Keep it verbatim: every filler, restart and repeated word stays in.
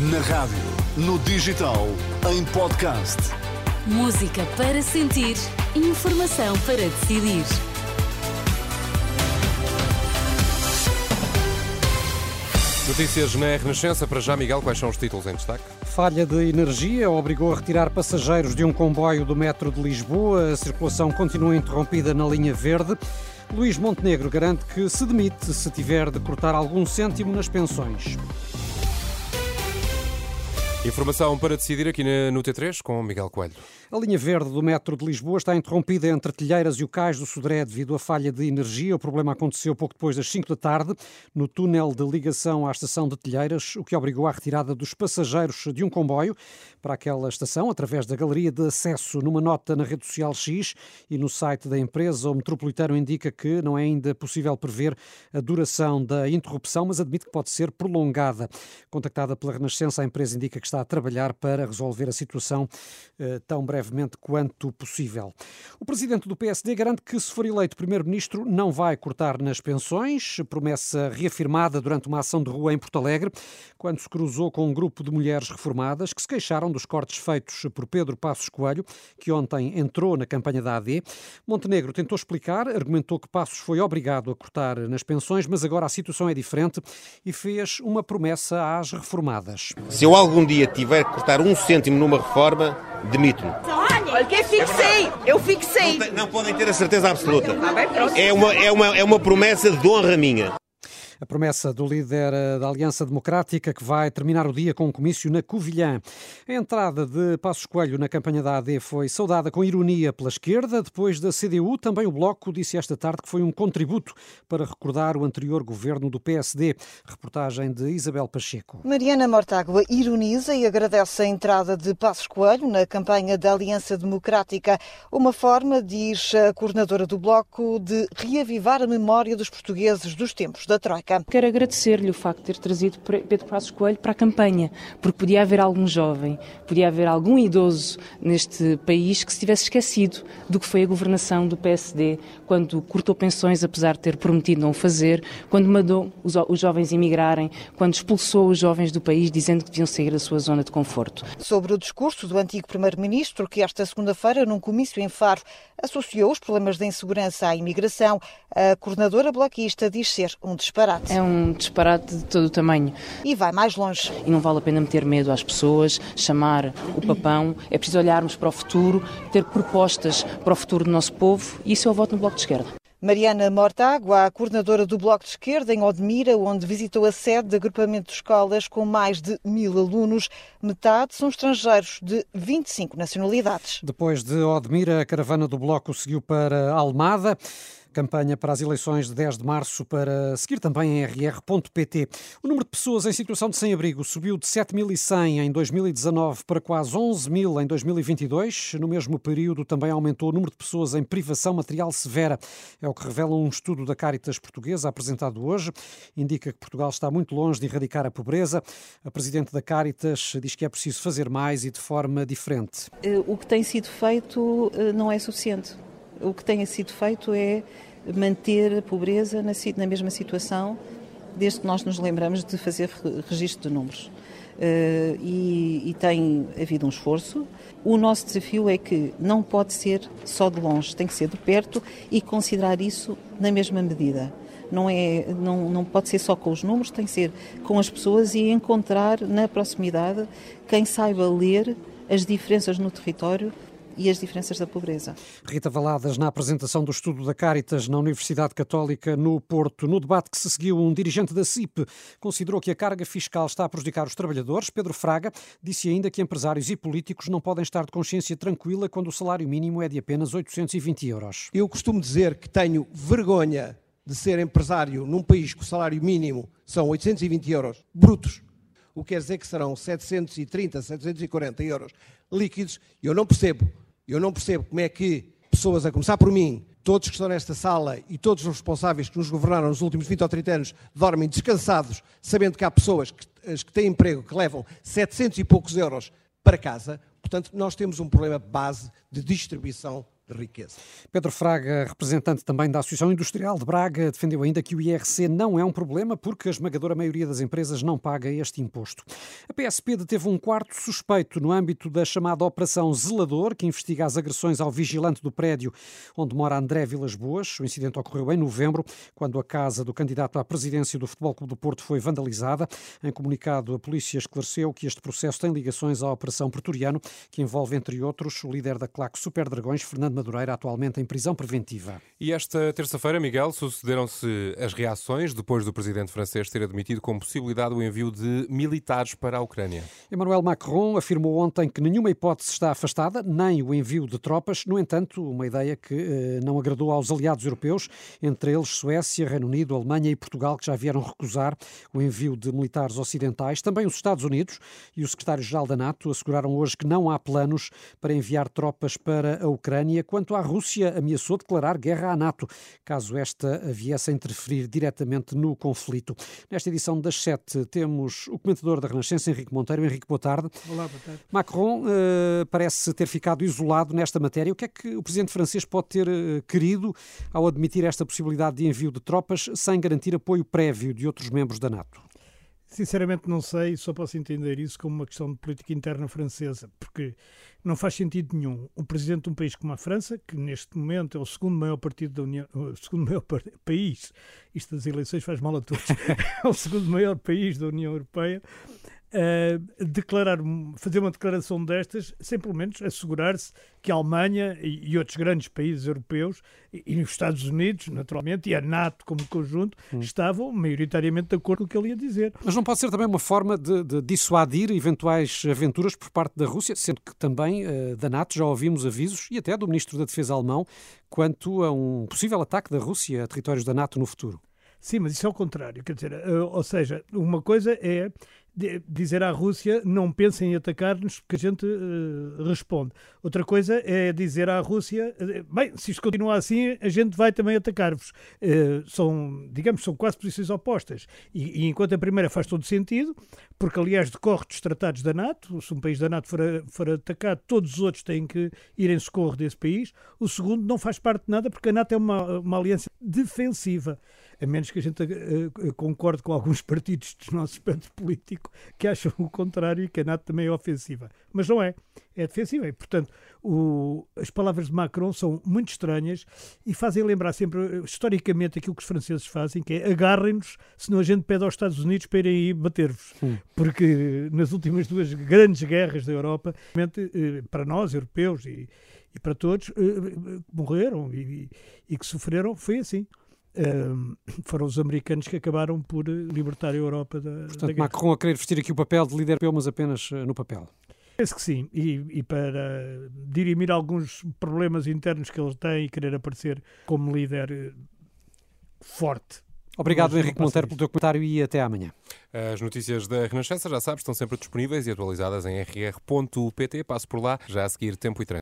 Na rádio, no digital, em podcast. Música para sentir, informação para decidir. Notícias na Renascença. Para já, Miguel, quais são os títulos em destaque? Falha de energia obrigou a retirar passageiros de um comboio do metro de Lisboa. A circulação continua interrompida na linha verde. Luís Montenegro garante que se demite se tiver de cortar algum cêntimo nas pensões. Informação para decidir aqui no T três com Miguel Coelho. A linha verde do metro de Lisboa está interrompida entre Telheiras e o Cais do Sodré devido à falha de energia. O problema aconteceu pouco depois das cinco da tarde, no túnel de ligação à estação de Telheiras, o que obrigou à retirada dos passageiros de um comboio para aquela estação, através da galeria de acesso. Numa nota na rede social X e no site da empresa, o metropolitano indica que não é ainda possível prever a duração da interrupção, mas admite que pode ser prolongada. Contactada pela Renascença, a empresa indica que está a trabalhar para resolver a situação eh, tão brevemente quanto possível. O presidente do P S D garante que, se for eleito primeiro-ministro, não vai cortar nas pensões, promessa reafirmada durante uma ação de rua em Porto Alegre, quando se cruzou com um grupo de mulheres reformadas que se queixaram dos cortes feitos por Pedro Passos Coelho, que ontem entrou na campanha da A D. Montenegro tentou explicar, argumentou que Passos foi obrigado a cortar nas pensões, mas agora a situação é diferente e fez uma promessa às reformadas. Se eu algum dia tiver que cortar um cêntimo numa reforma, demito-me. Olha, que eu fixei, eu fixei. Não, não podem ter a certeza absoluta. É uma, é uma, é uma promessa de honra minha. A promessa do líder da Aliança Democrática, que vai terminar o dia com um comício na Covilhã. A entrada de Passos Coelho na campanha da A D foi saudada com ironia pela esquerda. Depois da C D U, também o Bloco disse esta tarde que foi um contributo para recordar o anterior governo do P S D. Reportagem de Isabel Pacheco. Mariana Mortágua ironiza e agradece a entrada de Passos Coelho na campanha da Aliança Democrática. Uma forma, diz a coordenadora do Bloco, de reavivar a memória dos portugueses dos tempos da Troika. Quero agradecer-lhe o facto de ter trazido Pedro Passos Coelho para a campanha, porque podia haver algum jovem, podia haver algum idoso neste país que se tivesse esquecido do que foi a governação do P S D, quando cortou pensões, apesar de ter prometido não o fazer, quando mandou os, os jovens emigrarem, quando expulsou os jovens do país dizendo que deviam sair da sua zona de conforto. Sobre o discurso do antigo primeiro-ministro, que esta segunda-feira, num comício em Faro, associou os problemas de insegurança à imigração, a coordenadora bloquista diz ser um disparate. É um disparate de todo o tamanho. E vai mais longe. E não vale a pena meter medo às pessoas, chamar o papão. É preciso olharmos para o futuro, ter propostas para o futuro do nosso povo, e isso é o voto no Bloco de Esquerda. Mariana Mortágua, a coordenadora do Bloco de Esquerda em Odmira, onde visitou a sede de agrupamento de escolas com mais de mil alunos. Metade são estrangeiros de vinte e cinco nacionalidades. Depois de Odmira, a caravana do Bloco seguiu para Almada. Campanha para as eleições de dez de março, para seguir também em r r ponto p t. O número de pessoas em situação de sem-abrigo subiu de sete mil e cem em dois mil e dezanove para quase onze mil em dois mil e vinte e dois. No mesmo período também aumentou o número de pessoas em privação material severa. É o que revela um estudo da Caritas Portuguesa apresentado hoje. Indica que Portugal está muito longe de erradicar a pobreza. A presidente da Caritas diz que é preciso fazer mais e de forma diferente. O que tem sido feito não é suficiente. O que tem sido feito é manter a pobreza na, na mesma situação, desde que nós nos lembramos de fazer registro de números. Uh, e, e tem havido um esforço. O nosso desafio é que não pode ser só de longe, tem que ser de perto e considerar isso na mesma medida. Não, é, não, não pode ser só com os números, tem que ser com as pessoas e encontrar na proximidade quem saiba ler as diferenças no território e as diferenças da pobreza. Rita Valadas, na apresentação do estudo da Caritas na Universidade Católica no Porto. No debate que se seguiu, um dirigente da C I P considerou que a carga fiscal está a prejudicar os trabalhadores. Pedro Fraga disse ainda que empresários e políticos não podem estar de consciência tranquila quando o salário mínimo é de apenas oitocentos e vinte euros. Eu costumo dizer que tenho vergonha de ser empresário num país que o salário mínimo são oitocentos e vinte euros brutos, o que quer dizer que serão setecentos e trinta, setecentos e quarenta euros líquidos. Eu não percebo. Eu não percebo como é que pessoas, a começar por mim, todos que estão nesta sala e todos os responsáveis que nos governaram nos últimos vinte ou trinta anos, dormem descansados, sabendo que há pessoas que, as que têm emprego que levam setecentos e poucos euros para casa. Portanto, nós temos um problema base de distribuição riqueza. Pedro Fraga, representante também da Associação Industrial de Braga, defendeu ainda que o I R C não é um problema porque a esmagadora maioria das empresas não paga este imposto. A P S P deteve um quarto suspeito no âmbito da chamada Operação Zelador, que investiga as agressões ao vigilante do prédio onde mora André Vilas Boas. O incidente ocorreu em novembro, quando a casa do candidato à presidência do Futebol Clube do Porto foi vandalizada. Em comunicado, a polícia esclareceu que este processo tem ligações à Operação Pretoriano, que envolve, entre outros, o líder da claque Super Dragões, Fernando Madureira, atualmente em prisão preventiva. E esta terça-feira, Miguel, sucederam-se as reações depois do presidente francês ter admitido como possibilidade o envio de militares para a Ucrânia. Emmanuel Macron afirmou ontem que nenhuma hipótese está afastada, nem o envio de tropas. No entanto, uma ideia que eh, não agradou aos aliados europeus, entre eles Suécia, Reino Unido, Alemanha e Portugal, que já vieram recusar o envio de militares ocidentais. Também os Estados Unidos e o secretário-geral da NATO asseguraram hoje que não há planos para enviar tropas para a Ucrânia. Quanto à Rússia, ameaçou declarar guerra à NATO, caso esta viesse a interferir diretamente no conflito. Nesta edição das sete temos o comentador da Renascença, Henrique Monteiro. Henrique, boa tarde. Olá, boa tarde. Macron uh, parece ter ficado isolado nesta matéria. O que é que o presidente francês pode ter uh, querido ao admitir esta possibilidade de envio de tropas sem garantir apoio prévio de outros membros da NATO? Sinceramente não sei, só posso entender isso como uma questão de política interna francesa, porque não faz sentido nenhum o presidente de um país como a França, que neste momento é o segundo maior partido da União, o segundo maior país, isto das eleições faz mal a todos, é o segundo maior país da União Europeia, Uh, declarar, fazer uma declaração destas, sem pelo menos assegurar-se que a Alemanha e, e outros grandes países europeus e, e os Estados Unidos, naturalmente, e a NATO como conjunto, hum. estavam maioritariamente de acordo com o que ele ia dizer. Mas não pode ser também uma forma de, de dissuadir eventuais aventuras por parte da Rússia, sendo que também uh, da NATO já ouvimos avisos, e até do Ministro da Defesa alemão, quanto a um possível ataque da Rússia a territórios da NATO no futuro? Sim, mas isso é o contrário. Quer dizer, uh, ou seja, uma coisa é dizer à Rússia não pensem em atacar-nos porque a gente uh, responde. Outra coisa é dizer à Rússia, uh, bem, se isto continuar assim, a gente vai também atacar-vos. Uh, são, digamos, são quase posições opostas. E, e enquanto a primeira faz todo sentido, porque aliás decorre dos tratados da NATO, se um país da NATO for, for atacado, todos os outros têm que ir em socorro desse país. O segundo não faz parte de nada porque a NATO é uma, uma aliança defensiva. A menos que a gente uh, concorde com alguns partidos do nosso espectro político que acham o contrário e que a NATO também é ofensiva. Mas não é. É defensiva. E, portanto, o, as palavras de Macron são muito estranhas e fazem lembrar sempre, historicamente, aquilo que os franceses fazem, que é agarrem-nos, senão a gente pede aos Estados Unidos para irem aí bater-vos. Hum. Porque nas últimas duas grandes guerras da Europa, para nós, europeus e, e para todos, morreram e, e que sofreram, foi assim. Um, foram os americanos que acabaram por libertar a Europa da, Portanto, da guerra. Macron a querer vestir aqui o papel de líder europeu, mas apenas no papel. Penso que sim, e, e para dirimir alguns problemas internos que ele tem e querer aparecer como líder forte. Obrigado, Henrique Monteiro, pelo teu comentário e até amanhã. As notícias da Renascença, já sabes, estão sempre disponíveis e atualizadas em r r ponto p t. Passo por lá, já a seguir Tempo e Trânsito.